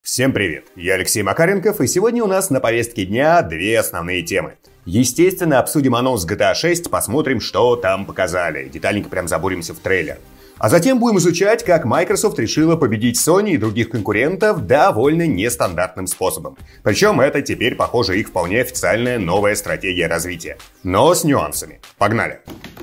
Всем привет, я Алексей Макаренков, и сегодня у нас на повестке дня две основные темы. Естественно, обсудим анонс GTA 6, посмотрим, что там показали, детальненько прям забуримся в трейлер. А затем будем изучать, как Microsoft решила победить Sony и других конкурентов довольно нестандартным способом. Причем это теперь, похоже, их вполне официальная новая стратегия развития. Но с нюансами. Погнали!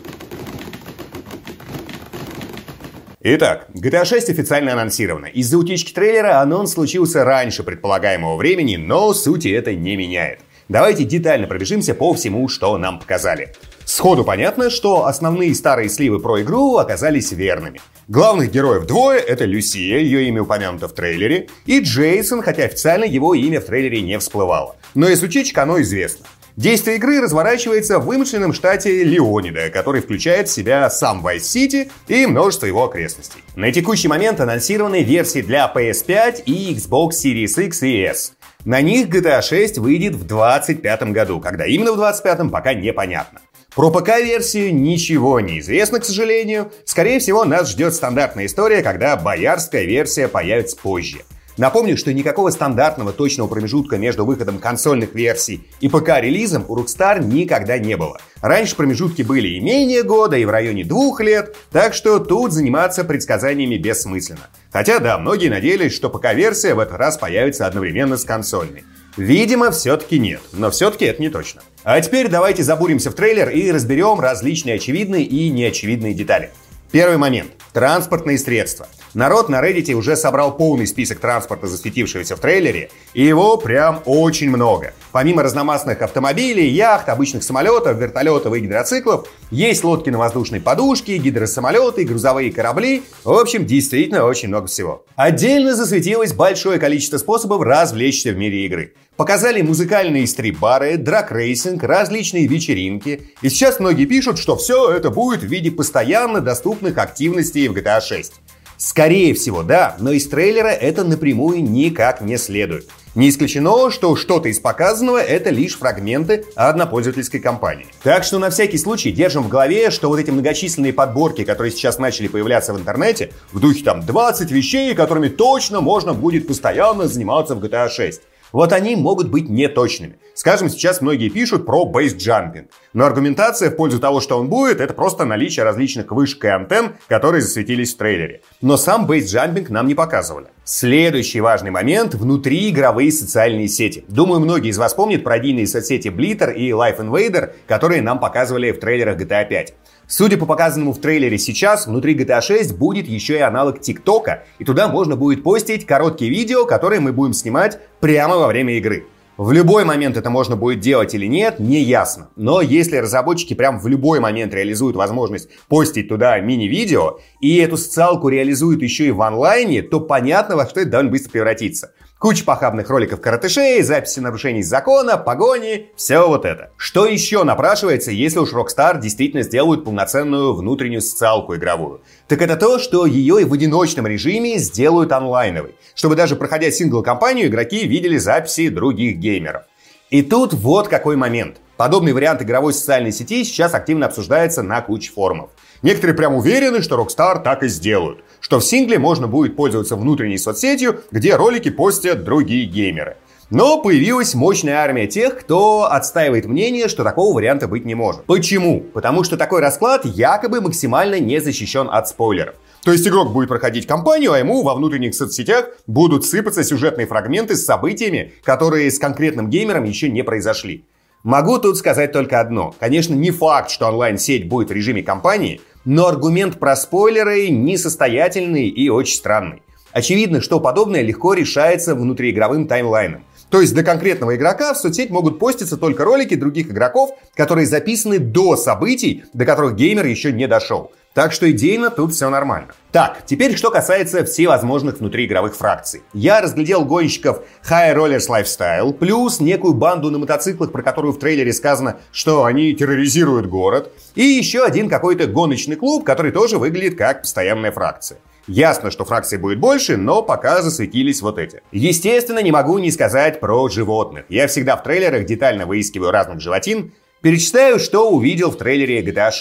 Итак, GTA 6 официально анонсирована. Из-за утечки трейлера анонс случился раньше предполагаемого времени, но сути это не меняет. Давайте детально пробежимся по всему, что нам показали. Сходу понятно, что основные старые сливы про игру оказались верными. Главных героев двое — это Люсия, ее имя упомянуто в трейлере, и Джейсон, хотя официально его имя в трейлере не всплывало. Но из утечек оно известно. Действие игры разворачивается в вымышленном штате Леонида, который включает в себя сам Вайс-Сити и множество его окрестностей. На текущий момент анонсированы версии для PS5 и Xbox Series X и S. На них GTA 6 выйдет в 2025 году, когда именно в 2025 пока непонятно. Про ПК-версию ничего не известно, к сожалению. Скорее всего, нас ждет стандартная история, когда боярская версия появится позже. Напомню, что никакого стандартного точного промежутка между выходом консольных версий и ПК-релизом у Rockstar никогда не было. Раньше промежутки были и менее года, и в районе 2 лет, так что тут заниматься предсказаниями бессмысленно. Хотя да, многие надеялись, что ПК-версия в этот раз появится одновременно с консольной. Видимо, все-таки нет, но все-таки это не точно. А теперь давайте забуримся в трейлер и разберем различные очевидные и неочевидные детали. Первый момент. Транспортные средства. Народ на Reddit уже собрал полный список транспорта, засветившегося в трейлере, и его прям очень много. Помимо разномастных автомобилей, яхт, обычных самолетов, вертолетов и гидроциклов, есть лодки на воздушной подушке, гидросамолеты, грузовые корабли. В общем, действительно очень много всего. Отдельно засветилось большое количество способов развлечься в мире игры. Показали музыкальные стрип-бары, драг-рейсинг, различные вечеринки. И сейчас многие пишут, что все это будет в виде постоянно доступных активностей в GTA 6. Скорее всего, да, но из трейлера это напрямую никак не следует. Не исключено, что что-то из показанного — это лишь фрагменты однопользовательской кампании. Так что на всякий случай держим в голове, что вот эти многочисленные подборки, которые сейчас начали появляться в интернете, в духе там 20 вещей, которыми точно можно будет постоянно заниматься в GTA 6. Вот они могут быть неточными. Скажем, сейчас многие пишут про бейсджампинг. Но аргументация в пользу того, что он будет, это просто наличие различных вышек и антенн, которые засветились в трейлере. Но сам бейсджампинг нам не показывали. Следующий важный момент — внутриигровые социальные сети. Думаю, многие из вас помнят пародийные соцсети Blitter и Life Invader, которые нам показывали в трейлерах GTA 5. Судя по показанному в трейлере сейчас, внутри GTA 6 будет еще и аналог ТикТока, и туда можно будет постить короткие видео, которые мы будем снимать прямо во время игры. В любой момент это можно будет делать или нет, не ясно. Но если разработчики прям в любой момент реализуют возможность постить туда мини-видео, и эту социалку реализуют еще и в онлайне, то понятно, во что это довольно быстро превратится. Куча похабных роликов коротышей, записи нарушений закона, погони, все вот это. Что еще напрашивается, если уж Rockstar действительно сделают полноценную внутреннюю социалку игровую? Так это то, что ее и в одиночном режиме сделают онлайновой, чтобы даже проходя сингл-кампанию, игроки видели записи других геймеров. И тут вот какой момент. Подобный вариант игровой социальной сети сейчас активно обсуждается на куче форумов. Некоторые прям уверены, что Rockstar так и сделают, что в сингле можно будет пользоваться внутренней соцсетью, где ролики постят другие геймеры. Но появилась мощная армия тех, кто отстаивает мнение, что такого варианта быть не может. Почему? Потому что такой расклад якобы максимально не защищен от спойлеров. То есть игрок будет проходить кампанию, а ему во внутренних соцсетях будут сыпаться сюжетные фрагменты с событиями, которые с конкретным геймером еще не произошли. Могу тут сказать только одно. Конечно, не факт, что онлайн-сеть будет в режиме кампании, но аргумент про спойлеры несостоятельный и очень странный. Очевидно, что подобное легко решается внутриигровым таймлайном. То есть для конкретного игрока в соцсеть могут поститься только ролики других игроков, которые записаны до событий, до которых геймер еще не дошел. Так что идейно тут все нормально. Так, теперь что касается всевозможных внутриигровых фракций. Я разглядел гонщиков High Rollers Lifestyle, плюс некую банду на мотоциклах, про которую в трейлере сказано, что они терроризируют город, и еще один какой-то гоночный клуб, который тоже выглядит как постоянная фракция. Ясно, что фракций будет больше, но пока засветились вот эти. Естественно, не могу не сказать про животных. Я всегда в трейлерах детально выискиваю разных животин. Перечитаю, что увидел в трейлере GTA 6.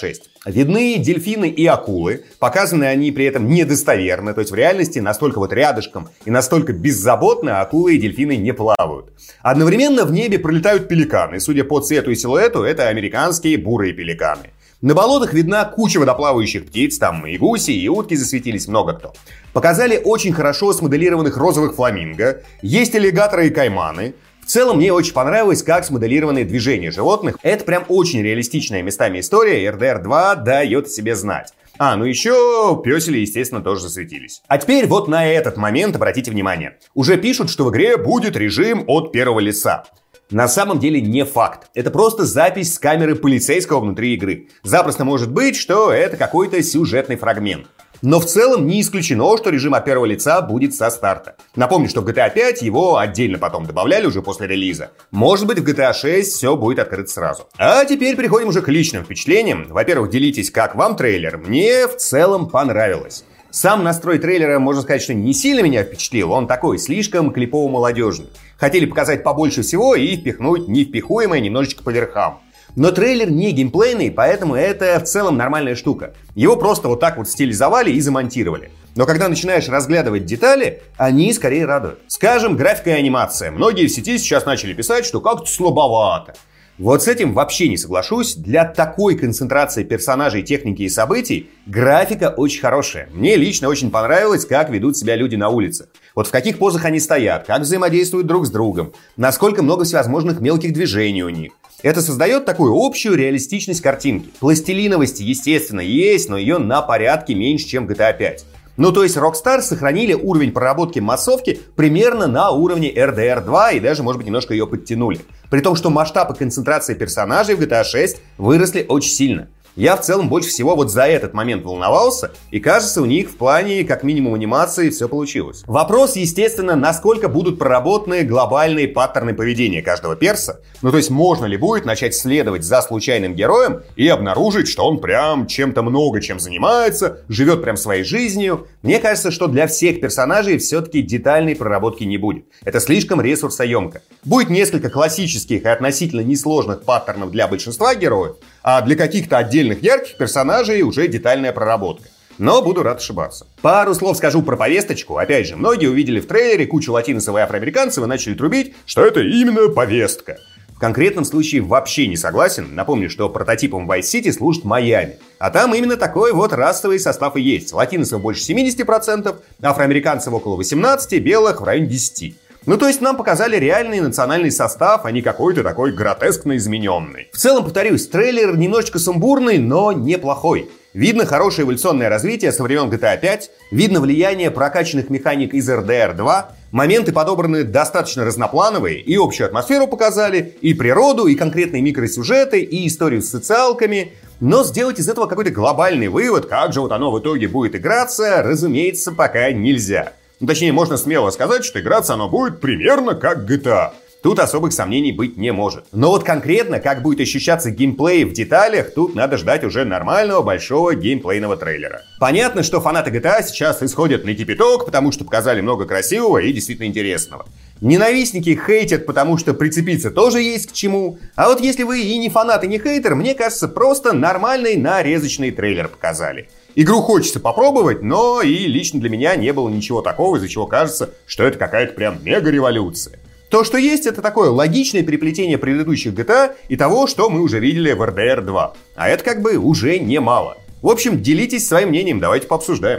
Видны дельфины и акулы, показаны они при этом недостоверно, то есть в реальности настолько вот рядышком и настолько беззаботно акулы и дельфины не плавают. Одновременно в небе пролетают пеликаны, судя по цвету и силуэту, это американские бурые пеликаны. На болотах видна куча водоплавающих птиц, там и гуси, и утки засветились, много кто. Показали очень хорошо смоделированных розовых фламинго, есть аллигаторы и кайманы. В целом мне очень понравилось, как смоделированы движения животных. Это прям очень реалистичная местами история, и RDR 2 дает о себе знать. Ну еще пёсели, естественно, тоже засветились. А теперь вот на этот момент обратите внимание. Уже пишут, что в игре будет режим от первого лица. На самом деле не факт. Это просто запись с камеры полицейского внутри игры. Запросто может быть, что это какой-то сюжетный фрагмент. Но в целом не исключено, что режим от первого лица будет со старта. Напомню, что в GTA 5 его отдельно потом добавляли уже после релиза. Может быть, в GTA 6 все будет открыто сразу. А теперь переходим уже к личным впечатлениям. Во-первых, делитесь, как вам трейлер. Мне в целом понравилось. Сам настрой трейлера, можно сказать, что не сильно меня впечатлил. Он такой, слишком клипово-молодежный. Хотели показать побольше всего и впихнуть невпихуемое немножечко по верхам. Но трейлер не геймплейный, поэтому это в целом нормальная штука. Его просто вот так вот стилизовали и замонтировали. Но когда начинаешь разглядывать детали, они скорее радуют. Скажем, графика и анимация. Многие в сети сейчас начали писать, что как-то слабовато. Вот с этим вообще не соглашусь. Для такой концентрации персонажей, техники и событий графика очень хорошая. Мне лично очень понравилось, как ведут себя люди на улицах. Вот в каких позах они стоят, как взаимодействуют друг с другом, насколько много всевозможных мелких движений у них. Это создает такую общую реалистичность картинки. Пластилиновости, естественно, есть, но ее на порядке меньше, чем в GTA 5. То есть Rockstar сохранили уровень проработки массовки примерно на уровне RDR 2 и даже, может быть, немножко ее подтянули. При том, что масштаб и концентрация персонажей в GTA 6 выросли очень сильно. Я в целом больше всего вот за этот момент волновался, и кажется, у них в плане как минимум анимации все получилось. Вопрос, естественно, насколько будут проработаны глобальные паттерны поведения каждого перса. То есть можно ли будет начать следовать за случайным героем и обнаружить, что он прям чем-то много чем занимается, живет прям своей жизнью. Мне кажется, что для всех персонажей все-таки детальной проработки не будет. Это слишком ресурсоемко. Будет несколько классических и относительно несложных паттернов для большинства героев, а для каких-то отдельных ярких персонажей уже детальная проработка. Но буду рад ошибаться. Пару слов скажу про повесточку. Опять же, многие увидели в трейлере кучу латиносов и афроамериканцев и начали трубить, что это именно повестка. В конкретном случае вообще не согласен. Напомню, что прототипом Vice City служит Майами. А там именно такой вот расовый состав и есть. Латиносов больше 70%, афроамериканцев около 18%, белых в районе 10%. То есть нам показали реальный национальный состав, а не какой-то такой гротескно измененный. В целом, повторюсь, трейлер немножечко сумбурный, но неплохой. Видно хорошее эволюционное развитие со времен GTA 5, видно влияние прокачанных механик из RDR 2, моменты подобраны достаточно разноплановые, и общую атмосферу показали, и природу, и конкретные микросюжеты, и историю с социалками. Но сделать из этого какой-то глобальный вывод, как же вот оно в итоге будет играться, разумеется, пока нельзя. Точнее, можно смело сказать, что играться оно будет примерно как GTA. Тут особых сомнений быть не может. Но вот конкретно, как будет ощущаться геймплей в деталях, тут надо ждать уже нормального большого геймплейного трейлера. Понятно, что фанаты GTA сейчас исходят на кипяток, потому что показали много красивого и действительно интересного. Ненавистники хейтят, потому что прицепиться тоже есть к чему. А вот если вы и не фанат, и не хейтер, мне кажется, просто нормальный нарезочный трейлер показали. Игру хочется попробовать, но и лично для меня не было ничего такого, из-за чего кажется, что это какая-то прям мега-революция. То, что есть, это такое логичное переплетение предыдущих GTA и того, что мы уже видели в RDR 2. А это как бы уже немало. В общем, делитесь своим мнением, давайте пообсуждаем.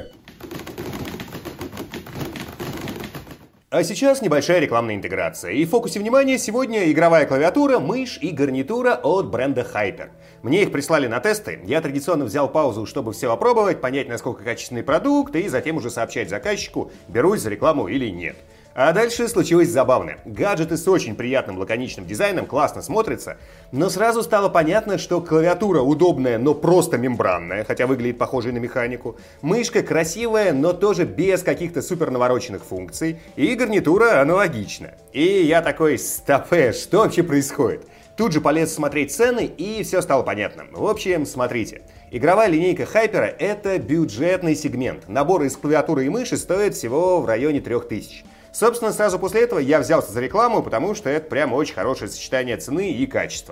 А сейчас небольшая рекламная интеграция. И в фокусе внимания сегодня игровая клавиатура, мышь и гарнитура от бренда Hyper. Мне их прислали на тесты. Я традиционно взял паузу, чтобы все опробовать, понять, насколько качественный продукт, и затем уже сообщать заказчику, берусь за рекламу или нет. А дальше случилось забавное. Гаджеты с очень приятным лаконичным дизайном классно смотрятся, но сразу стало понятно, что клавиатура удобная, но просто мембранная, хотя выглядит похожей на механику. Мышка красивая, но тоже без каких-то супер навороченных функций. И гарнитура аналогичная. И я такой, стопэ, что вообще происходит? Тут же полез смотреть цены, и все стало понятно. В общем, смотрите. Игровая линейка Hyper — это бюджетный сегмент. Наборы из клавиатуры и мыши стоят всего в районе 3000. Собственно, сразу после этого я взялся за рекламу, потому что это прям очень хорошее сочетание цены и качества.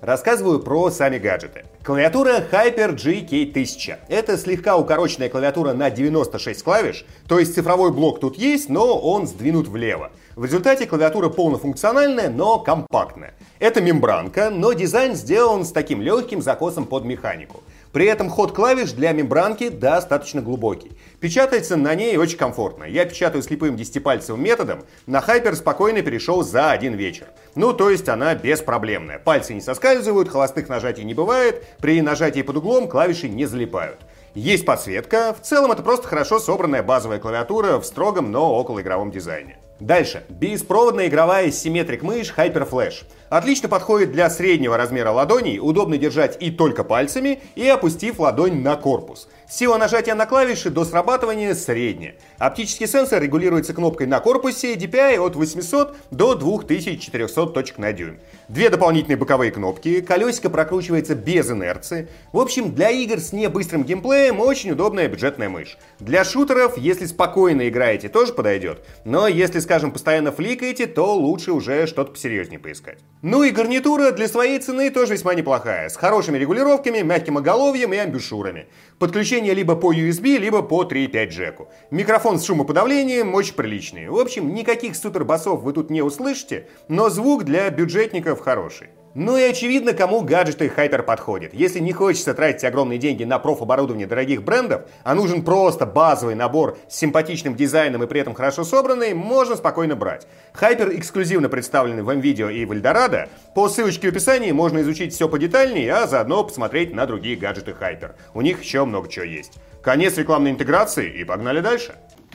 рассказываю про сами гаджеты. Клавиатура Hyper-G K1000. Это слегка укороченная клавиатура на 96 клавиш, то есть цифровой блок тут есть, но он сдвинут влево. В результате клавиатура полнофункциональная, но компактная. Это мембранка, но дизайн сделан с таким легким закосом под механику. При этом ход клавиш для мембранки достаточно глубокий. Печатается на ней очень комфортно. Я печатаю слепым 10-пальцевым методом, на Hyper спокойно перешел за один вечер. Ну, то есть она беспроблемная. Пальцы не соскальзывают, холостых нажатий не бывает, при нажатии под углом клавиши не залипают. Есть подсветка, в целом это просто хорошо собранная базовая клавиатура в строгом, но околоигровом дизайне. Дальше. Беспроводная игровая Symmetric мышь HyperFlash. Отлично подходит для среднего размера ладоней, удобно держать и только пальцами, и опустив ладонь на корпус. Сила нажатия на клавиши до срабатывания средняя. Оптический сенсор регулируется кнопкой на корпусе, DPI от 800 до 2400 точек на дюйм. Две дополнительные боковые кнопки, колесико прокручивается без инерции. В общем, для игр с небыстрым геймплеем очень удобная бюджетная мышь. Для шутеров, если спокойно играете, тоже подойдет, но если, скажем, постоянно фликаете, то лучше уже что-то посерьезнее поискать. Ну и гарнитура для своей цены тоже весьма неплохая, с хорошими регулировками, мягким оголовьем и амбушюрами. Подключение либо по USB, либо по 3.5 джеку. Микрофон с шумоподавлением очень приличный. В общем, никаких супербасов вы тут не услышите, но звук для бюджетников хороший. Ну и очевидно, кому гаджеты Hyper подходят. Если не хочется тратить огромные деньги на профоборудование дорогих брендов, а нужен просто базовый набор с симпатичным дизайном и при этом хорошо собранный, можно спокойно брать. Hyper эксклюзивно представлены в МВидео и в Эльдорадо. По ссылочке в описании можно изучить все подетальнее, а заодно посмотреть на другие гаджеты Hyper. У них еще много чего есть. Конец рекламной интеграции и погнали дальше.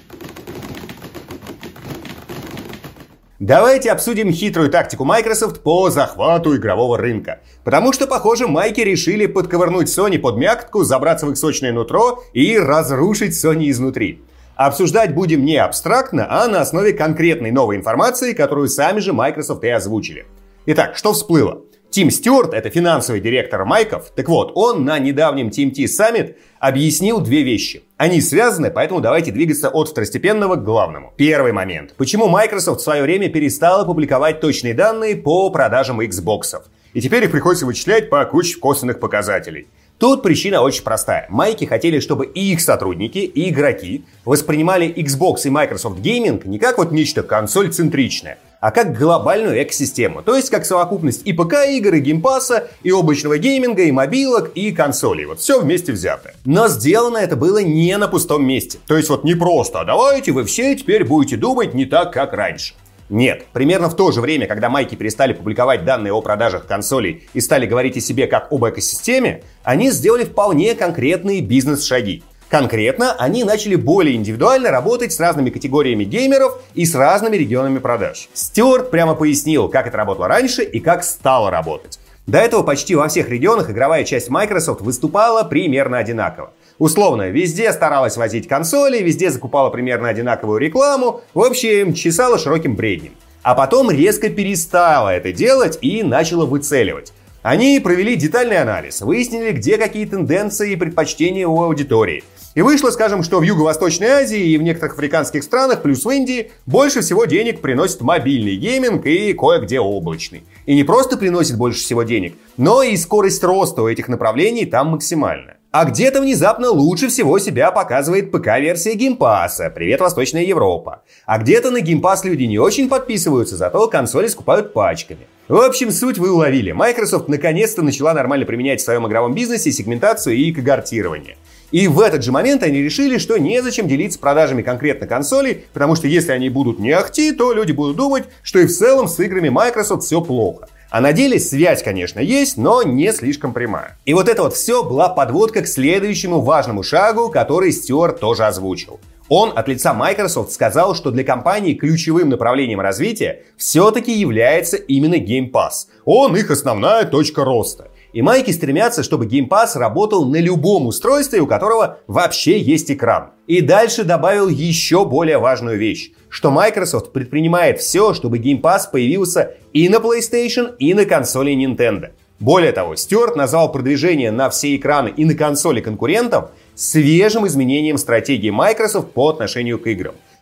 Давайте обсудим хитрую тактику Microsoft по захвату игрового рынка. Потому что, похоже, майки решили подковырнуть Sony под мякотку, забраться в их сочное нутро и разрушить Sony изнутри. Обсуждать будем не абстрактно, а на основе конкретной новой информации, которую сами же Microsoft и озвучили. Итак, что всплыло? Тим Стюарт, это финансовый директор майков, так вот, он на недавнем TMT Summit объяснил две вещи. Они связаны, поэтому давайте двигаться от второстепенного к главному. Первый момент. Почему Microsoft в свое время перестала публиковать точные данные по продажам Xbox'ов? И теперь их приходится вычислять по куче косвенных показателей. Тут причина очень простая. Майки хотели, чтобы и их сотрудники, и игроки воспринимали Xbox и Microsoft Gaming не как вот нечто консоль-центричное, а как глобальную экосистему. То есть как совокупность и ПК-игр, и геймпасса, и облачного гейминга, и мобилок, и консолей. Вот все вместе взятое. Но сделано это было не на пустом месте. То есть вот не просто, а давайте вы все теперь будете думать не так, как раньше. Нет, примерно в то же время, когда майки перестали публиковать данные о продажах консолей и стали говорить о себе как об экосистеме, они сделали вполне конкретные бизнес-шаги. Конкретно, они начали более индивидуально работать с разными категориями геймеров и с разными регионами продаж. Стюарт прямо пояснил, как это работало раньше и как стало работать. До этого почти во всех регионах игровая часть Microsoft выступала примерно одинаково. Условно, везде старалась возить консоли, везде закупала примерно одинаковую рекламу, в общем, чесала широким бреднем. А потом резко перестала это делать и начала выцеливать. Они провели детальный анализ, выяснили, где какие тенденции и предпочтения у аудитории. И вышло, скажем, что в Юго-Восточной Азии и в некоторых африканских странах, плюс в Индии, больше всего денег приносит мобильный гейминг и кое-где облачный. И не просто приносит больше всего денег, но и скорость роста у этих направлений там максимальная. А где-то внезапно лучше всего себя показывает ПК-версия геймпасса. Привет, Восточная Европа. А где-то на геймпасс люди не очень подписываются, зато консоли скупают пачками. В общем, суть вы уловили. Microsoft наконец-то начала нормально применять в своем игровом бизнесе сегментацию и когортирование. И в этот же момент они решили, что незачем делиться продажами конкретно консолей, потому что если они будут не ахти, то люди будут думать, что и в целом с играми Microsoft все плохо. А на деле связь, конечно, есть, но не слишком прямая. И вот это вот все была подводка к следующему важному шагу, который Стюарт тоже озвучил. Он от лица Microsoft сказал, что для компании ключевым направлением развития все-таки является именно Game Pass. Он их основная точка роста. И майки стремятся, чтобы Game Pass работал на любом устройстве, у которого вообще есть экран. И дальше добавил еще более важную вещь, что Microsoft предпринимает все, чтобы Game Pass появился и на PlayStation, и на консоли Nintendo. Более того, Стюарт назвал продвижение на все экраны и на консоли конкурентов свежим изменением стратегии Microsoft по отношению к играм.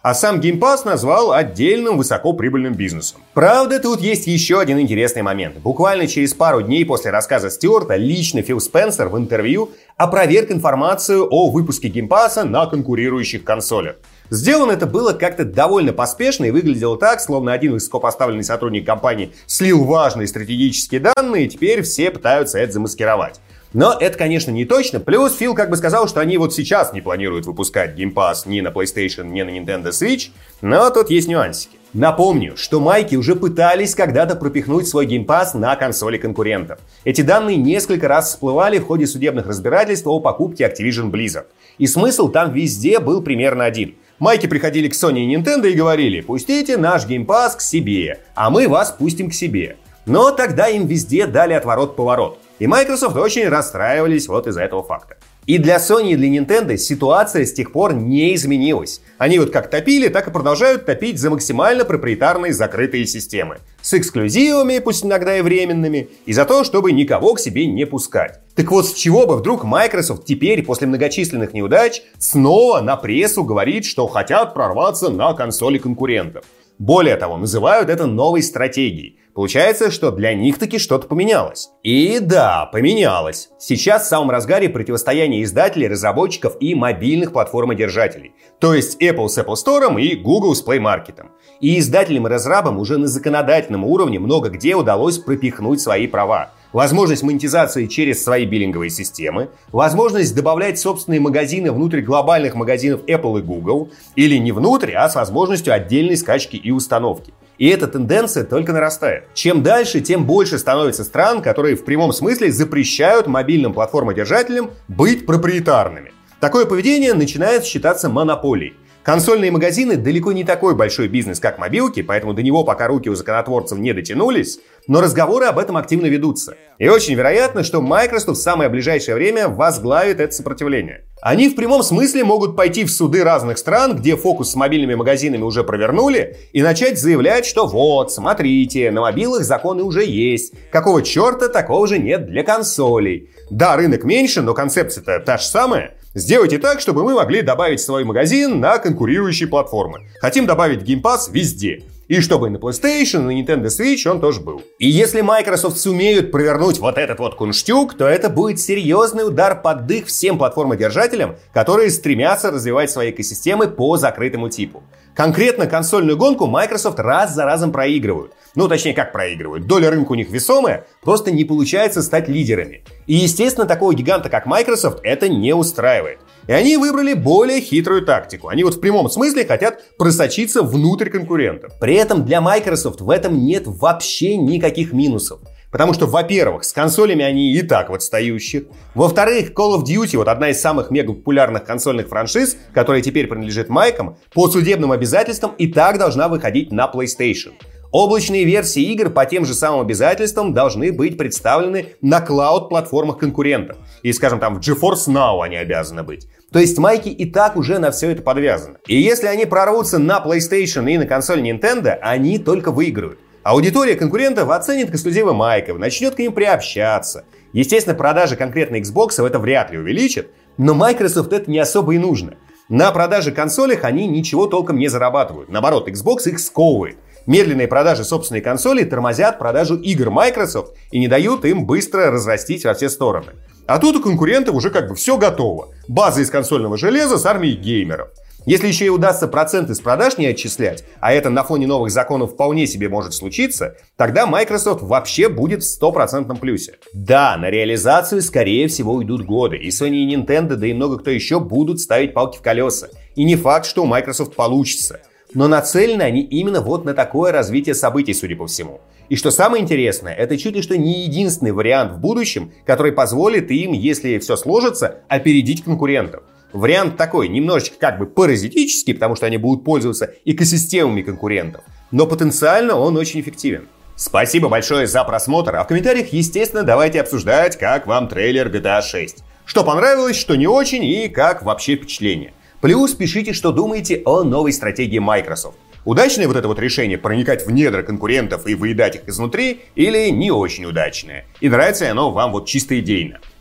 а сам Game Pass назвал отдельным высокоприбыльным бизнесом. Правда, тут есть еще один интересный момент. Буквально через пару дней после рассказа Стюарта лично Фил Спенсер в интервью опроверг информацию о выпуске Game Pass на конкурирующих консолях. Сделано это было как-то довольно поспешно и выглядело так, словно один высокопоставленный сотрудник компании слил важные стратегические данные, и теперь все пытаются это замаскировать. Но это, конечно, не точно. Плюс Фил как бы сказал, что они вот сейчас не планируют выпускать Game Pass ни на PlayStation, ни на Nintendo Switch, но тут есть нюансики. Напомню, что майки уже пытались когда-то пропихнуть свой Game Pass на консоли конкурентов. Эти данные несколько раз всплывали в ходе судебных разбирательств о покупке Activision Blizzard. И смысл там везде был примерно один. Майки приходили к Sony и Nintendo и говорили: пустите наш Game Pass к себе, а мы вас пустим к себе. Но тогда им везде дали отворот-поворот. И Microsoft очень расстраивались вот из-за этого факта. И для Sony и для Nintendo ситуация с тех пор не изменилась. Они вот как топили, так и продолжают топить за максимально проприетарные закрытые системы. С эксклюзивами, пусть иногда и временными, и за то, чтобы никого к себе не пускать. Так вот, с чего бы вдруг Microsoft теперь, после многочисленных неудач, снова на прессу говорит, что хотят прорваться на консоли конкурентов? Более того, называют это новой стратегией. Получается, что для них таки что-то поменялось. И да, поменялось. Сейчас в самом разгаре противостояние издателей, разработчиков и мобильных платформодержателей. То есть Apple с Apple Store и Google с Play Market. И издателям и разрабам уже на законодательном уровне много где удалось пропихнуть свои права. Возможность монетизации через свои биллинговые системы, возможность добавлять собственные магазины внутрь глобальных магазинов Apple и Google, или не внутрь, а с возможностью отдельной скачки и установки. И эта тенденция только нарастает. Чем дальше, тем больше становится стран, которые в прямом смысле запрещают мобильным платформодержателям быть проприетарными. Такое поведение начинает считаться монополией. Консольные магазины далеко не такой большой бизнес, как мобилки, поэтому до него пока руки у законотворцев не дотянулись, но разговоры об этом активно ведутся. И очень вероятно, что Microsoft в самое ближайшее время возглавит это сопротивление. Они в прямом смысле могут пойти в суды разных стран, где фокус с мобильными магазинами уже провернули, и начать заявлять, что вот, смотрите, на мобилах законы уже есть, какого черта такого же нет для консолей. Да, рынок меньше, но концепция-то та же самая. Сделайте так, чтобы мы могли добавить свой магазин на конкурирующие платформы. Хотим добавить Game Pass везде. И чтобы и на PlayStation, и на Nintendo Switch он тоже был. И если Microsoft сумеют провернуть вот этот вот кунштюк, то это будет серьезный удар под дых всем платформодержателям, которые стремятся развивать свои экосистемы по закрытому типу. Конкретно консольную гонку Microsoft раз за разом проигрывают. Ну, точнее, как проигрывают. Доля рынка у них весомая, просто не получается стать лидерами. И, естественно, такого гиганта, как Microsoft, это не устраивает. И они выбрали более хитрую тактику. Они вот в прямом смысле хотят просочиться внутрь конкурентов. При этом для Microsoft в этом нет вообще никаких минусов. Потому что, во-первых, с консолями они и так в отстающих. Во-вторых, Call of Duty, вот одна из самых мегапопулярных консольных франшиз, которая теперь принадлежит майкам, по судебным обязательствам и так должна выходить на PlayStation. Облачные версии игр по тем же самым обязательствам должны быть представлены на клауд-платформах конкурентов. И, скажем, там в GeForce Now они обязаны быть. То есть майки и так уже на все это подвязаны. И если они прорвутся на PlayStation и на консоль Nintendo, они только выиграют. Аудитория конкурентов оценит эксклюзивы майков, начнет к ним приобщаться. Естественно, продажи конкретно Xbox это вряд ли увеличит, но Microsoft это не особо и нужно. На продаже консолях они ничего толком не зарабатывают. Наоборот, Xbox их сковывает. Медленные продажи собственной консоли тормозят продажу игр Microsoft и не дают им быстро разрастись во все стороны. А тут у конкурентов уже как бы все готово. База из консольного железа с армией геймеров. Если еще и удастся проценты с продаж не отчислять, а это на фоне новых законов вполне себе может случиться, тогда Microsoft вообще будет в 100% плюсе. Да, на реализацию скорее всего уйдут годы, и Sony и Nintendo, да и много кто еще будут ставить палки в колеса. И не факт, что у Microsoft получится. Но нацелены они именно вот на такое развитие событий, судя по всему. И что самое интересное, это чуть ли что не единственный вариант в будущем, который позволит им, если все сложится, опередить конкурентов. Вариант такой, немножечко как бы паразитический, потому что они будут пользоваться экосистемами конкурентов. Но потенциально он очень эффективен. Спасибо большое за просмотр, а в комментариях, естественно, давайте обсуждать, как вам трейлер GTA 6. Что понравилось, что не очень и как вообще впечатление. Плюс пишите, что думаете о новой стратегии Microsoft. Удачное вот это вот решение проникать в недра конкурентов и выедать их изнутри, или не очень удачное? И нравится оно вам вот чисто идейно?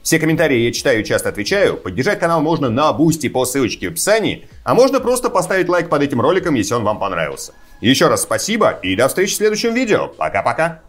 Все комментарии я читаю и часто отвечаю. Поддержать канал можно на Бусти по ссылочке в описании, а можно просто поставить лайк под этим роликом, если он вам понравился. Еще раз спасибо и до встречи в следующем видео. Пока-пока.